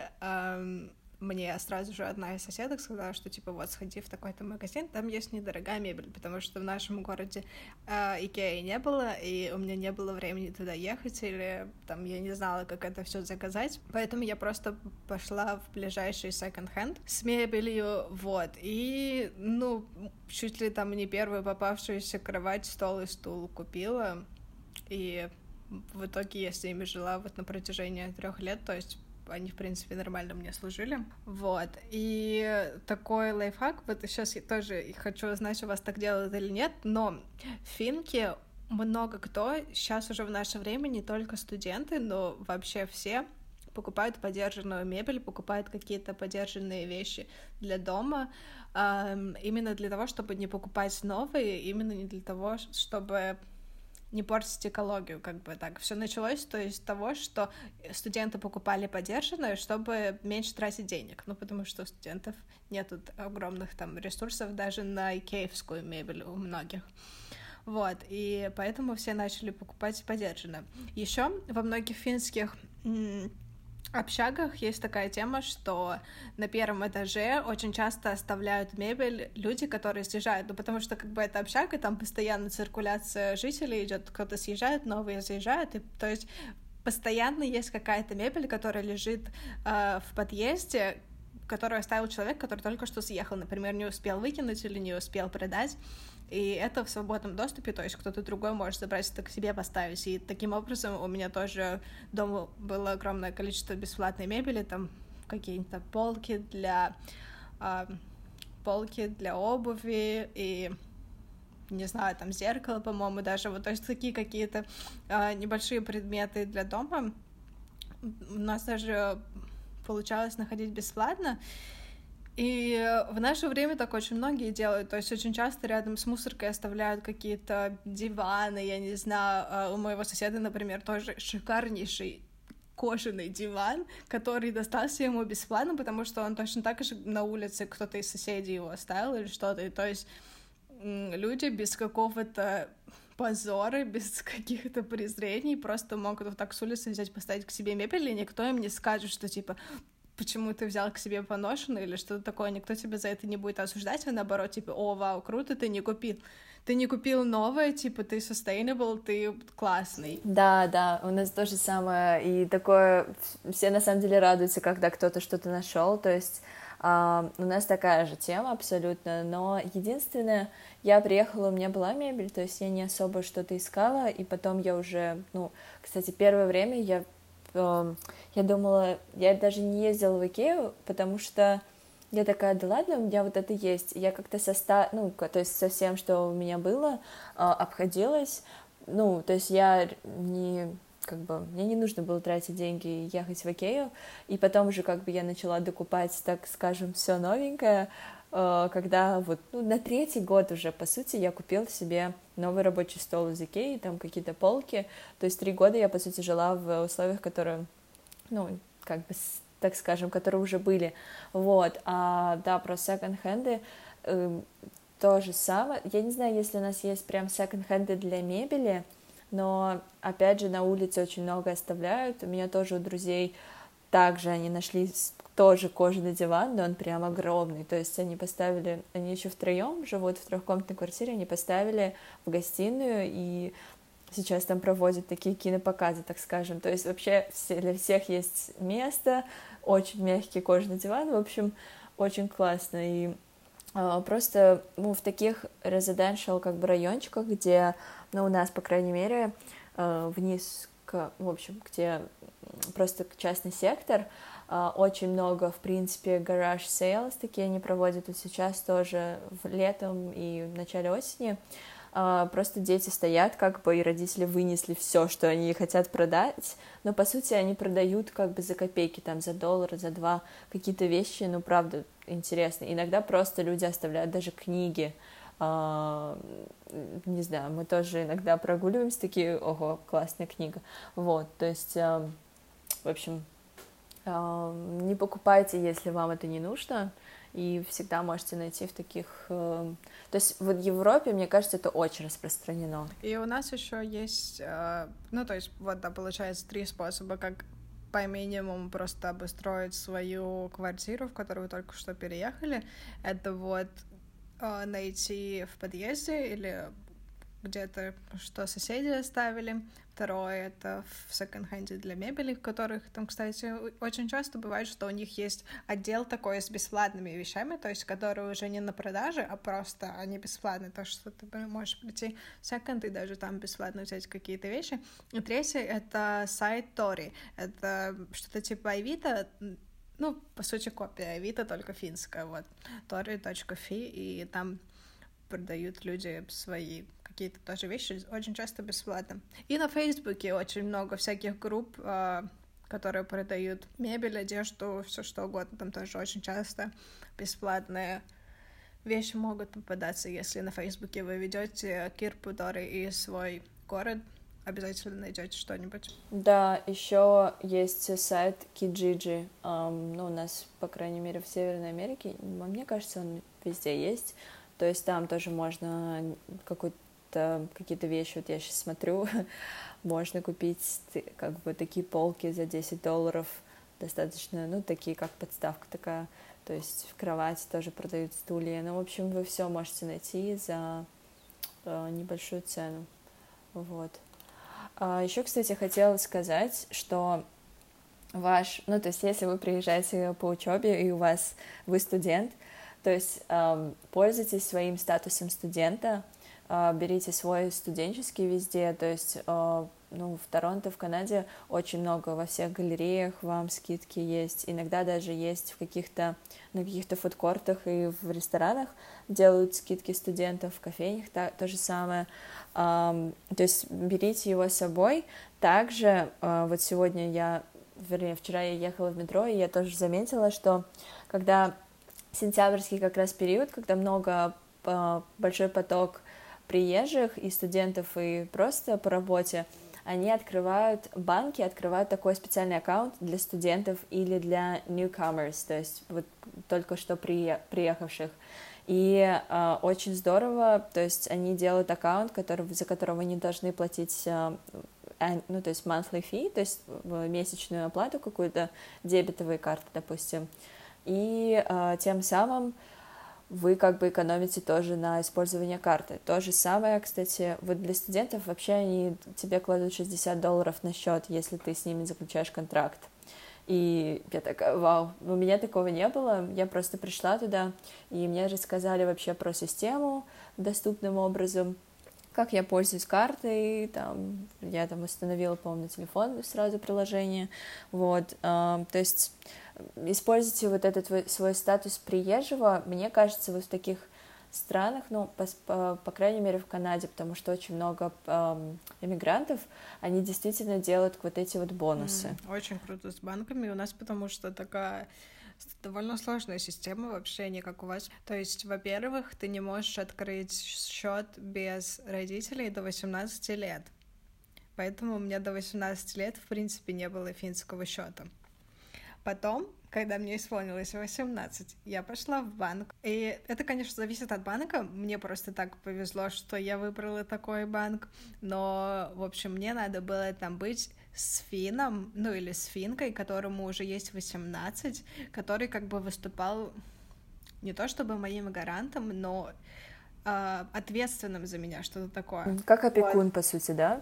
мне сразу же одна из соседок сказала, что, типа, вот, сходи в такой-то магазин, там есть недорогая мебель, потому что в нашем городе Икеи не было, и у меня не было времени туда ехать, или, там, я не знала, как это все заказать, поэтому я просто пошла в ближайший секонд-хенд с мебелью, вот, и, ну, чуть ли там не первую попавшуюся кровать, стол и стул купила, и в итоге я с ними жила вот на протяжении 3 лет, то есть они, в принципе, нормально мне служили. Вот. И такой лайфхак, вот сейчас я тоже хочу узнать, у вас так делают или нет, но в Финке много кто, сейчас уже в наше время не только студенты, но вообще все покупают подержанную мебель, покупают какие-то подержанные вещи для дома, именно для того, чтобы не покупать новые, именно не для того, чтобы не портить экологию, как бы так. Все началось, то есть, с того, что студенты покупали подержанное, чтобы меньше тратить денег, ну, потому что у студентов нет огромных там ресурсов даже на икеевскую мебель у многих. Вот, и поэтому все начали покупать подержанное. Еще во многих финских общагах есть такая тема, что на 1 этаже очень часто оставляют мебель люди, которые съезжают, ну, потому что, как бы, это общага, там постоянно циркуляция жителей идет, кто-то съезжает, новые заезжают, и, то есть, постоянно есть какая-то мебель, которая лежит в подъезде, которую оставил человек, который только что съехал, например, не успел выкинуть или не успел продать, и это в свободном доступе, то есть кто-то другой может забрать это к себе, поставить, и таким образом у меня тоже дома было огромное количество бесплатной мебели, там какие-то полки для обуви и, не знаю, там зеркало, по-моему, даже, вот, то есть такие какие-то небольшие предметы для дома у нас даже получалось находить бесплатно. И в наше время так очень многие делают, то есть очень часто рядом с мусоркой оставляют какие-то диваны, я не знаю, у моего соседа, например, тоже шикарнейший кожаный диван, который достался ему бесплатно, потому что он точно так же на улице, кто-то из соседей его оставил или что-то, и то есть люди без какого-то позора, без каких-то презрений просто могут вот так с улицы взять, поставить к себе мебель, и никто им не скажет, что типа почему ты взял к себе поношенное или что-то такое, никто тебя за это не будет осуждать, а наоборот, типа, о, вау, круто, ты не купил новое, типа, ты sustainable, ты классный. Да, у нас то же самое, и такое, все на самом деле радуются, когда кто-то что-то нашел, то есть у нас такая же тема абсолютно, но единственное, я приехала, у меня была мебель, то есть я не особо что-то искала, и потом я уже, кстати, первое время я думала, я даже не ездила в Икею, потому что я такая, да ладно, у меня вот это есть. Я как-то то есть со всем, что у меня было, обходилась. То есть мне не нужно было тратить деньги и ехать в Икею. И потом уже я начала докупать, так скажем, все новенькое, когда на 3-й год уже, по сути, я купила себе новый рабочий стол из Икеи, там какие-то полки, то есть 3 года я, по сути, жила в условиях, которые, так скажем, которые уже были, вот, да, про секонд-хенды, то же самое, я не знаю, если у нас есть прям секонд-хенды для мебели, но, опять же, на улице очень много оставляют, у меня тоже у друзей также они нашли тоже кожаный диван, но он прям огромный, то есть они еще втроем живут в 3-комнатной квартире, они поставили в гостиную, и сейчас там проводят такие кинопоказы, так скажем, то есть вообще для всех есть место, очень мягкий кожаный диван, в общем, очень классно, и просто в таких residential райончиках, где, у нас, по крайней мере, вниз в общем, где просто частный сектор, очень много, в принципе, garage sales, такие они проводят вот сейчас тоже летом и в начале осени. Просто дети стоят, как бы, и родители вынесли все, что они хотят продать, но, по сути, они продают, как бы, за копейки, там, за $1, за $2, какие-то вещи, ну, правда, интересные. Иногда просто люди оставляют даже книги, не знаю, мы тоже иногда прогуливаемся, такие, ого, классная книга, вот, то есть, в общем, не покупайте, если вам это не нужно, и всегда можете найти в таких... То есть вот в Европе, мне кажется, это очень распространено. И у нас еще есть, ну, то есть вот, да, получается 3 способа, как по минимуму просто обустроить свою квартиру, в которую вы только что переехали. Это вот найти в подъезде или где-то, что соседи оставили. Второе — это в секонд-хенде для мебели, в которых там, кстати, очень часто бывает, что у них есть отдел такой с бесплатными вещами, то есть которые уже не на продаже, а просто они бесплатные, то, что ты можешь прийти в секонд и даже там бесплатно взять какие-то вещи. И третье — это сайт Tori. Это что-то типа Авито, ну, по сути, копия Авито, только финская, вот, tori.fi, и там продают люди свои какие-то тоже вещи, очень часто бесплатно. И на Фейсбуке очень много всяких групп, которые продают мебель, одежду, все что угодно. Там тоже очень часто бесплатные вещи могут попадаться. Если на Фейсбуке вы ведете Кирпу, Дори и свой город, обязательно найдете что-нибудь. Да, еще есть сайт Kijiji, ну, у нас, по крайней мере, в Северной Америке, мне кажется, он везде есть. То есть там тоже можно какие-то вещи, вот я сейчас смотрю, можно купить как бы такие полки за $10, достаточно, ну, такие как подставка такая, то есть в кровати тоже продают стулья, ну, в общем, вы все можете найти за небольшую цену, вот. Еще, кстати, хотела сказать, что ну, то есть если вы приезжаете по учебе и вы студент, то есть пользуйтесь своим статусом студента, берите свой студенческий везде, то есть, ну, в Торонто, в Канаде очень много, во всех галереях вам скидки есть, иногда даже есть на каких-то фудкортах и в ресторанах делают скидки студентов, в кофейнях то же самое, то есть берите его с собой. Также вот вчера я ехала в метро, и я тоже заметила, что когда сентябрьский как раз период, когда большой поток приезжих и студентов, и просто по работе, банки открывают такой специальный аккаунт для студентов или для newcomers, то есть вот только что приехавших. И очень здорово, то есть они делают аккаунт, за которого вы не должны платить, ну, то есть monthly fee, то есть месячную оплату какую-то, дебетовые карты, допустим, и тем самым вы как бы экономите тоже на использовании карты. То же самое, кстати, вот для студентов вообще они тебе кладут $60 на счет, если ты с ними заключаешь контракт. И я такая, вау, у меня такого не было, я просто пришла туда, и мне рассказали вообще про систему доступным образом, как я пользуюсь картой, я установила, по-моему, на телефон сразу приложение, вот, то есть используйте вот этот свой статус приезжего, мне кажется, вот в таких странах, ну, по крайней мере, в Канаде, потому что очень много иммигрантов, они действительно делают вот эти вот бонусы. Очень круто с банками у нас, потому что такая довольно сложная система вообще, не как у вас. То есть, во-первых, ты не можешь открыть счет без родителей до 18 лет. Поэтому у меня до 18 лет, в принципе, не было финского счета. Потом, когда мне исполнилось 18, я пошла в банк. И это, конечно, зависит от банка. Мне просто так повезло, что я выбрала такой банк. Но, в общем, мне надо было там быть с финном, ну или с финкой, которому уже есть 18, который как бы выступал не то чтобы моим гарантом, но ответственным за меня, что-то такое. Как опекун, по сути, да?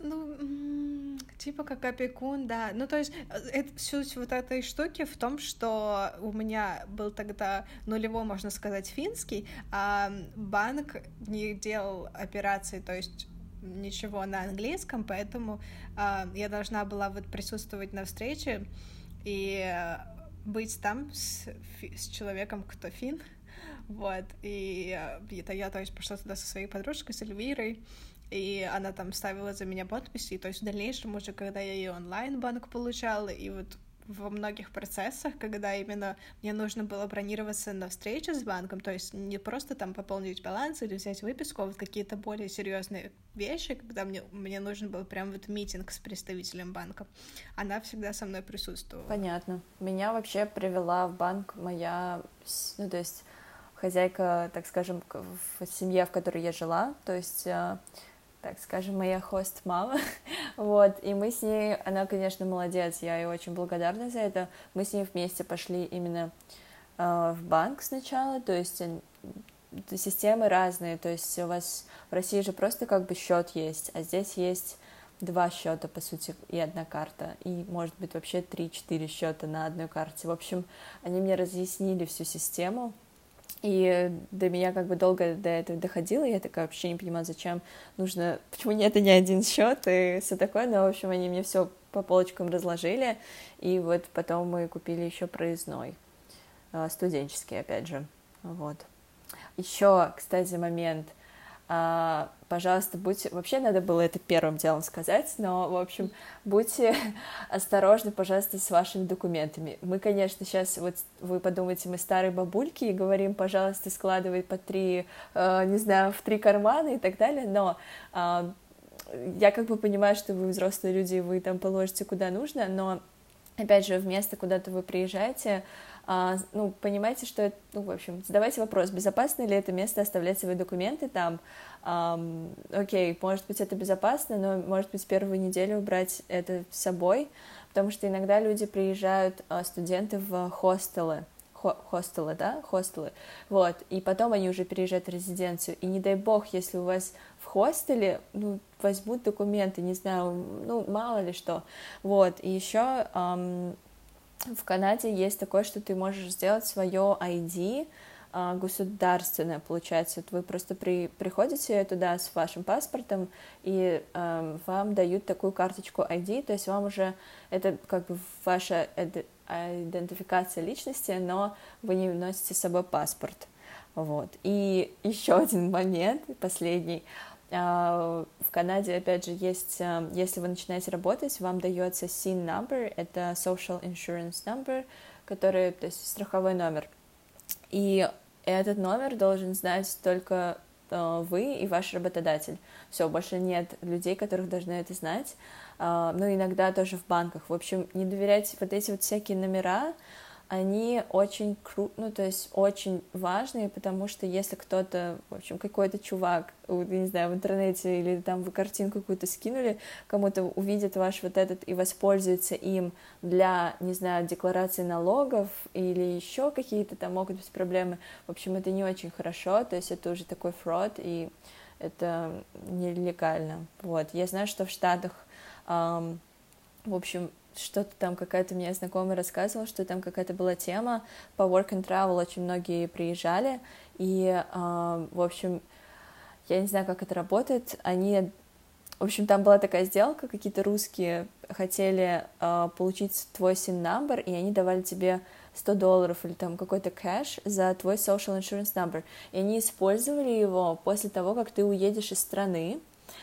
Типа как опекун, да. Ну, то есть суть вот этой штуки в том, что у меня был тогда нулевой, можно сказать, финский, а банк не делал операций, то есть ничего на английском, поэтому я должна была вот присутствовать на встрече и быть там с человеком, кто фин, вот, и это я, то есть, пошла туда со своей подружкой, с Эльвирой, и она там ставила за меня подписи, то есть в дальнейшем уже, когда я ее онлайн-банк получала, и вот во многих процессах, когда именно мне нужно было бронироваться на встречу с банком, то есть не просто там пополнить баланс или взять выписку, а вот какие-то более серьезные вещи, когда мне нужен был прям вот митинг с представителем банка, она всегда со мной присутствовала. Понятно. Меня вообще привела в банк моя, ну, то есть хозяйка, так скажем, в семье, в которой я жила, то есть, так скажем, моя хост-мама, вот, и мы с ней, она, конечно, молодец, я ей очень благодарна за это, мы с ней вместе пошли именно в банк сначала, то есть системы разные, то есть у вас в России же просто как бы счет есть, а здесь есть 2 счета, по сути, и 1 карта, и, может быть, вообще 3-4 счета на одной карте. В общем, они мне разъяснили всю систему, и до меня как бы долго до этого доходило, я такая вообще не понимаю, зачем нужно, почему нет и не один счет и все такое, но, в общем, они мне все по полочкам разложили, и вот потом мы купили еще проездной, студенческий, опять же, вот. Еще, кстати, момент, пожалуйста, будьте... Вообще надо было это первым делом сказать, но, в общем, будьте осторожны, пожалуйста, с вашими документами. Мы, конечно, сейчас, вот вы подумаете, мы старые бабульки и говорим, пожалуйста, складывай по 3, не знаю, в 3 кармана и так далее, но я как бы понимаю, что вы взрослые люди, вы там положите куда нужно, но, опять же, в место, куда-то вы приезжаете, ну, понимаете, что это, ну, в общем, задавайте вопрос, безопасно ли это место оставлять свои документы там, окей, может быть, это безопасно, но, может быть, первую неделю брать это с собой, потому что иногда люди приезжают, студенты, в хостелы, хостелы, вот, и потом они уже переезжают в резиденцию, и не дай бог, если у вас в хостеле, ну, возьмут документы, не знаю, ну, мало ли что, вот, и еще в Канаде есть такое, что ты можешь сделать свое ID государственное, получается. Вот вы просто приходите туда с вашим паспортом, и вам дают такую карточку ID, то есть вам уже это как бы ваша идентификация личности, но вы не носите с собой паспорт. Вот. И еще один момент, последний. В Канаде, опять же, есть, если вы начинаете работать, вам дается SIN number, это Social Insurance Number, который, то есть страховой номер. И этот номер должен знать только вы и ваш работодатель. Все, больше нет людей, которых должны это знать. Ну, иногда тоже в банках. В общем, не доверяйте вот эти вот всякие номера, они очень ну, то есть очень важные, потому что если кто-то, в общем, какой-то чувак, я не знаю, в интернете или там вы картинку какую-то скинули, кому-то увидит ваш вот этот и воспользуется им для, не знаю, декларации налогов или еще какие-то там могут быть проблемы, в общем, это не очень хорошо, то есть это уже такой фрод, и это нелегально, вот. Я знаю, что в Штатах, в общем, что-то там какая-то мне знакомая рассказывала, что там какая-то была тема по work and travel, очень многие приезжали, и, в общем, я не знаю, как это работает, они, в общем, там была такая сделка, какие-то русские хотели получить твой SIN number, и они давали тебе $100 или там какой-то кэш за твой social insurance number, и они использовали его после того, как ты уедешь из страны,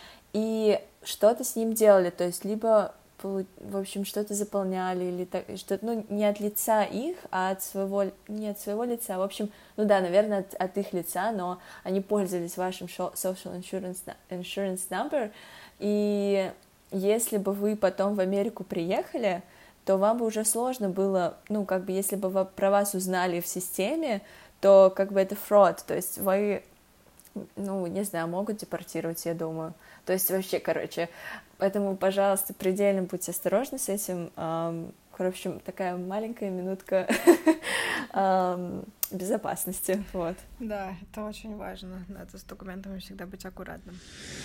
и что-то с ним делали, то есть либо в общем, что-то заполняли, или так, что-то, ну, не от лица их, а от своего, не от своего лица, в общем, ну да, наверное, от их лица, но они пользовались вашим social insurance number, и если бы вы потом в Америку приехали, то вам бы уже сложно было, ну, как бы, если бы про вас узнали в системе, то, как бы, это fraud, то есть вы, ну, не знаю, могут депортировать, я думаю, то есть вообще, короче, поэтому, пожалуйста, предельно будьте осторожны с этим. В общем, такая маленькая минутка безопасности. Вот. Да, это очень важно. Надо с документами всегда быть аккуратным.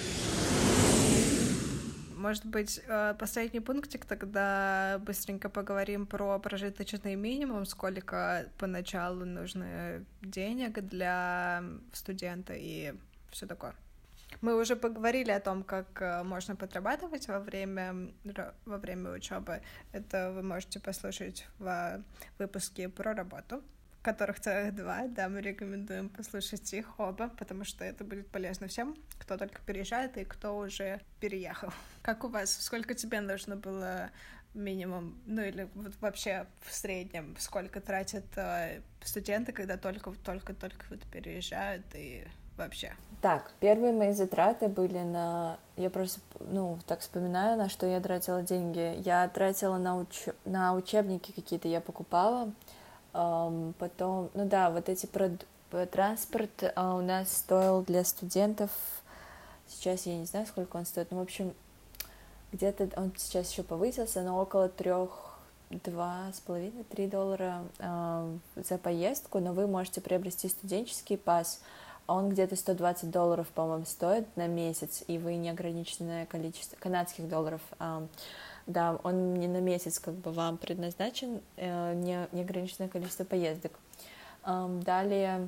Может быть, последний пунктик, тогда быстренько поговорим про прожиточный минимум, сколько поначалу нужно денег для студента и все такое. Мы уже поговорили о том, как можно подрабатывать во время учебы. Это вы можете послушать в выпуске про работу, которых целых 2, да, мы рекомендуем послушать их оба, потому что это будет полезно всем, кто только переезжает и кто уже переехал. Как у вас? Сколько тебе нужно было минимум, ну или вот вообще в среднем, сколько тратят студенты, когда только вот переезжают и вообще? Так, первые мои затраты были на... Я просто, так вспоминаю, на что я тратила деньги. Я тратила на учебники какие-то, я покупала. Потом, вот эти транспорт у нас стоил для студентов, сейчас я не знаю, сколько он стоит, в общем, где-то он сейчас еще повысился, но около $2,5-3 за поездку, но вы можете приобрести студенческий пас, он где-то $120, по-моему, стоит на месяц, и вы неограниченное количество канадских долларов. Да, он не на месяц как бы вам предназначен, неограниченное количество поездок. Далее,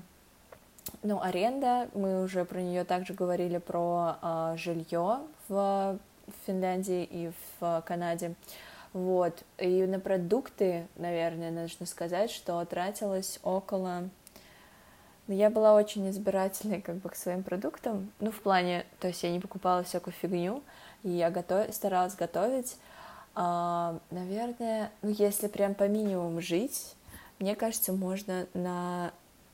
аренда, мы уже про нее также говорили, про жилье в Финляндии и в Канаде. Вот, и на продукты, наверное, нужно сказать, что тратилось около... Я была очень избирательной как бы к своим продуктам, в плане, то есть я не покупала всякую фигню, и я старалась готовить. Наверное, если прям по минимуму жить, мне кажется, можно на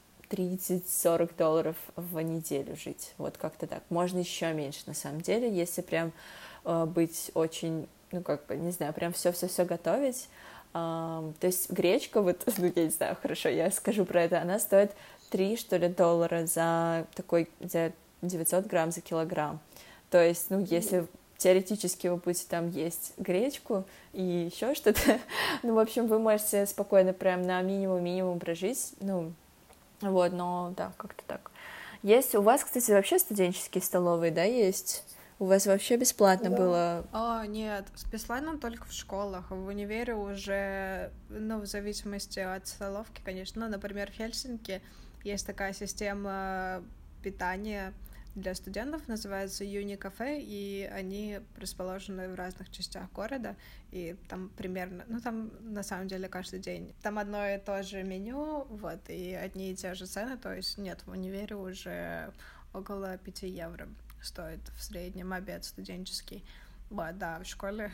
$30-40 в неделю жить, вот как-то так. Можно еще меньше, на самом деле, если прям быть очень, не знаю, прям все готовить. То есть гречка, вот, я не знаю, хорошо, я скажу про это, она стоит $3, что ли, за 900 грамм за килограмм. То есть, если теоретически вы будете там есть гречку и еще что-то, в общем, вы можете спокойно прям на минимум прожить, но да, как-то так. Есть у вас, кстати, вообще студенческие столовые, да, есть? У вас вообще бесплатно было? Нет, бесплатно только в школах. В универе уже, в зависимости от столовки, конечно. Например, в Хельсинки есть такая система питания для студентов, называется Юни-кафе, и они расположены в разных частях города, и там примерно, там на самом деле каждый день, там одно и то же меню, вот, и одни и те же цены, то есть нет, в универе уже около 5 евро стоит в среднем обед студенческий. Вот, да, в школе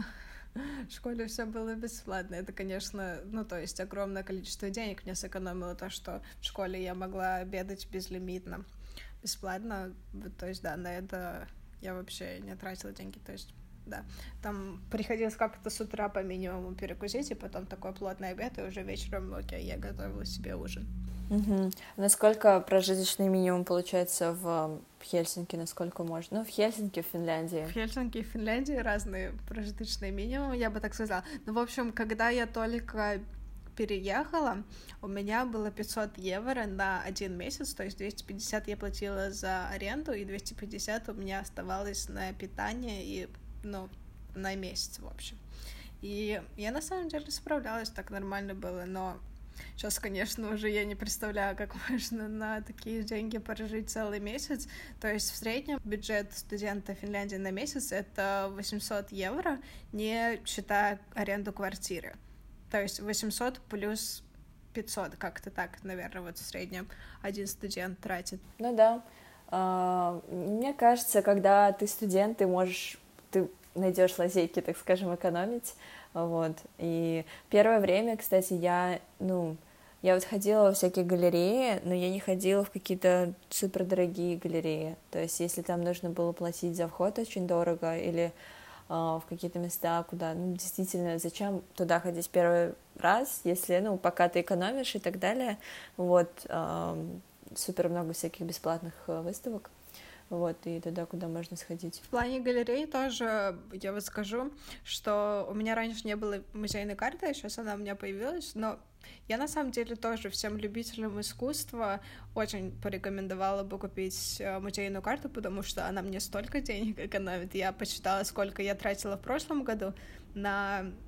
все было бесплатно. Это, конечно, то есть огромное количество денег мне сэкономило то, что в школе я могла обедать безлимитно, бесплатно. То есть, да, на это я вообще не тратила деньги. То есть, да, там приходилось как-то с утра по минимуму перекусить, и потом такой плотный обед, и уже вечером, окей, я готовила себе ужин. Угу. Насколько прожиточный минимум получается в Хельсинки, насколько можно? В Хельсинки, в Финляндии. В Хельсинки и в Финляндии разные прожиточные минимумы, я бы так сказала. В общем, когда я только переехала, у меня было 500 евро на 1 месяц, то есть 250 я платила за аренду, и 250 у меня оставалось на питание и, на месяц, в общем. И я на самом деле справлялась, так нормально было, но сейчас, конечно, уже я не представляю, как можно на такие деньги прожить целый месяц. То есть в среднем бюджет студента Финляндии на месяц — это 800 евро, не считая аренду квартиры. То есть 800 плюс 500, как-то так, наверное, вот в среднем один студент тратит. Ну да. Мне кажется, когда ты студент, ты найдешь лазейки, так скажем, экономить. Вот. И первое время, кстати, я вот ходила во всякие галереи, но я не ходила в какие-то супердорогие галереи. То есть если там нужно было платить за вход очень дорого, или в какие-то места, куда, действительно, зачем туда ходить первый раз, если, пока ты экономишь и так далее, вот, супер много всяких бесплатных выставок, вот, и туда, куда можно сходить. В плане галерей тоже я вот скажу, что у меня раньше не было музейной карты, сейчас она у меня появилась, но я на самом деле тоже всем любителям искусства очень порекомендовала бы купить музейную карту, потому что она мне столько денег экономит. Я посчитала, сколько я тратила в прошлом году на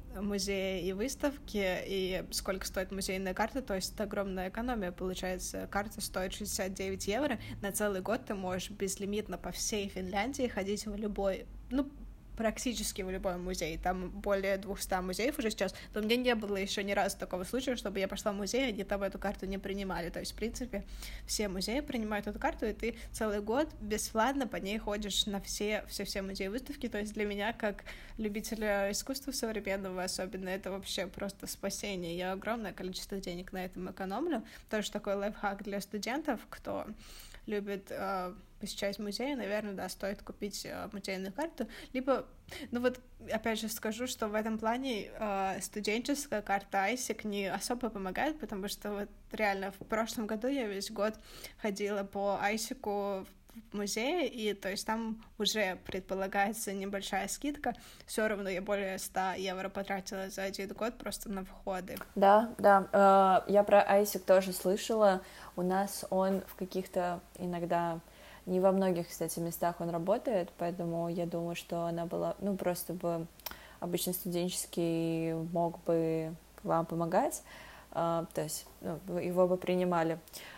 музеи и выставки, и сколько стоит музейная карта, то есть это огромная экономия, получается, карта стоит 69 евро, на целый год ты можешь безлимитно по всей Финляндии ходить в любой, практически в любой музей, там более 200 музеев уже сейчас, но мне не было еще ни разу такого случая, чтобы я пошла в музей, и они там эту карту не принимали, то есть, в принципе, все музеи принимают эту карту, и ты целый год бесплатно по ней ходишь на все музеи выставки, то есть для меня, как любителя искусства современного особенно, это вообще просто спасение, я огромное количество денег на этом экономлю, тоже такой лайфхак для студентов, кто любит посещать музеи, наверное, да, стоит купить музейную карту, либо, опять же скажу, что в этом плане студенческая карта ISIC не особо помогает, потому что реально в прошлом году я весь год ходила по ISIC в музее, и то есть там уже предполагается небольшая скидка, все равно я более 100 евро потратила за один год просто на входы. Да, я про ISIC тоже слышала, у нас он в каких-то иногда, не во многих, кстати, местах он работает, поэтому я думаю, что она была, просто бы обычно студенческий мог бы вам помогать, то есть его бы принимали.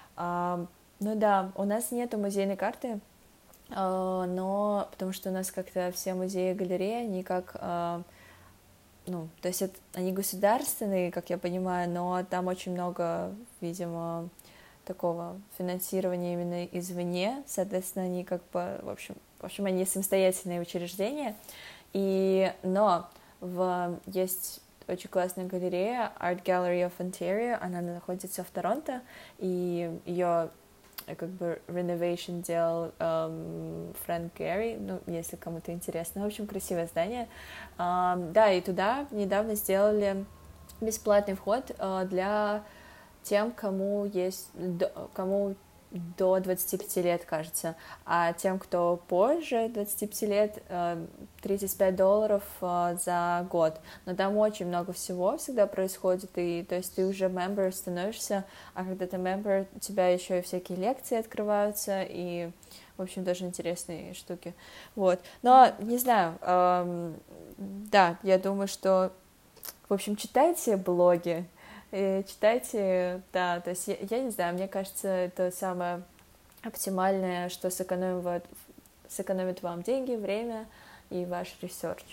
У нас нету музейной карты, но потому что у нас как-то все музеи и галереи, они как, то есть они государственные, как я понимаю, но там очень много, видимо, такого финансирования именно извне, соответственно, они как бы, в общем, они самостоятельные учреждения, но есть очень классная галерея Art Gallery of Ontario, она находится в Торонто, и ее как бы renovation делал Фрэнк Гэри, если кому-то интересно, в общем, красивое здание, и туда недавно сделали бесплатный вход для тем, кому до 25 лет, кажется, а тем, кто позже 25 лет, $35 за год. Но там очень много всего всегда происходит, и то есть ты уже member становишься, а когда ты member, у тебя еще и всякие лекции открываются, и, в общем, тоже интересные штуки. Но, не знаю, я думаю, что, в общем, читайте блоги, читайте, то есть я не знаю, мне кажется, это самое оптимальное, что сэкономит вам деньги, время и ваш ресерч.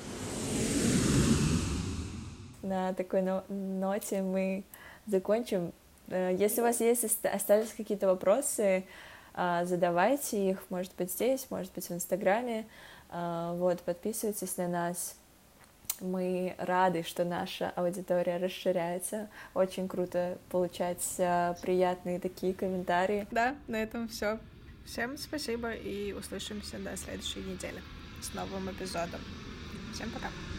На такой ноте мы закончим. Если у вас остались какие-то вопросы, задавайте их, может быть, здесь, может быть, в Инстаграме. Подписывайтесь на нас. Мы рады, что наша аудитория расширяется. Очень круто получать приятные такие комментарии. Да, на этом все. Всем спасибо и услышимся до следующей недели с новым эпизодом. Всем пока.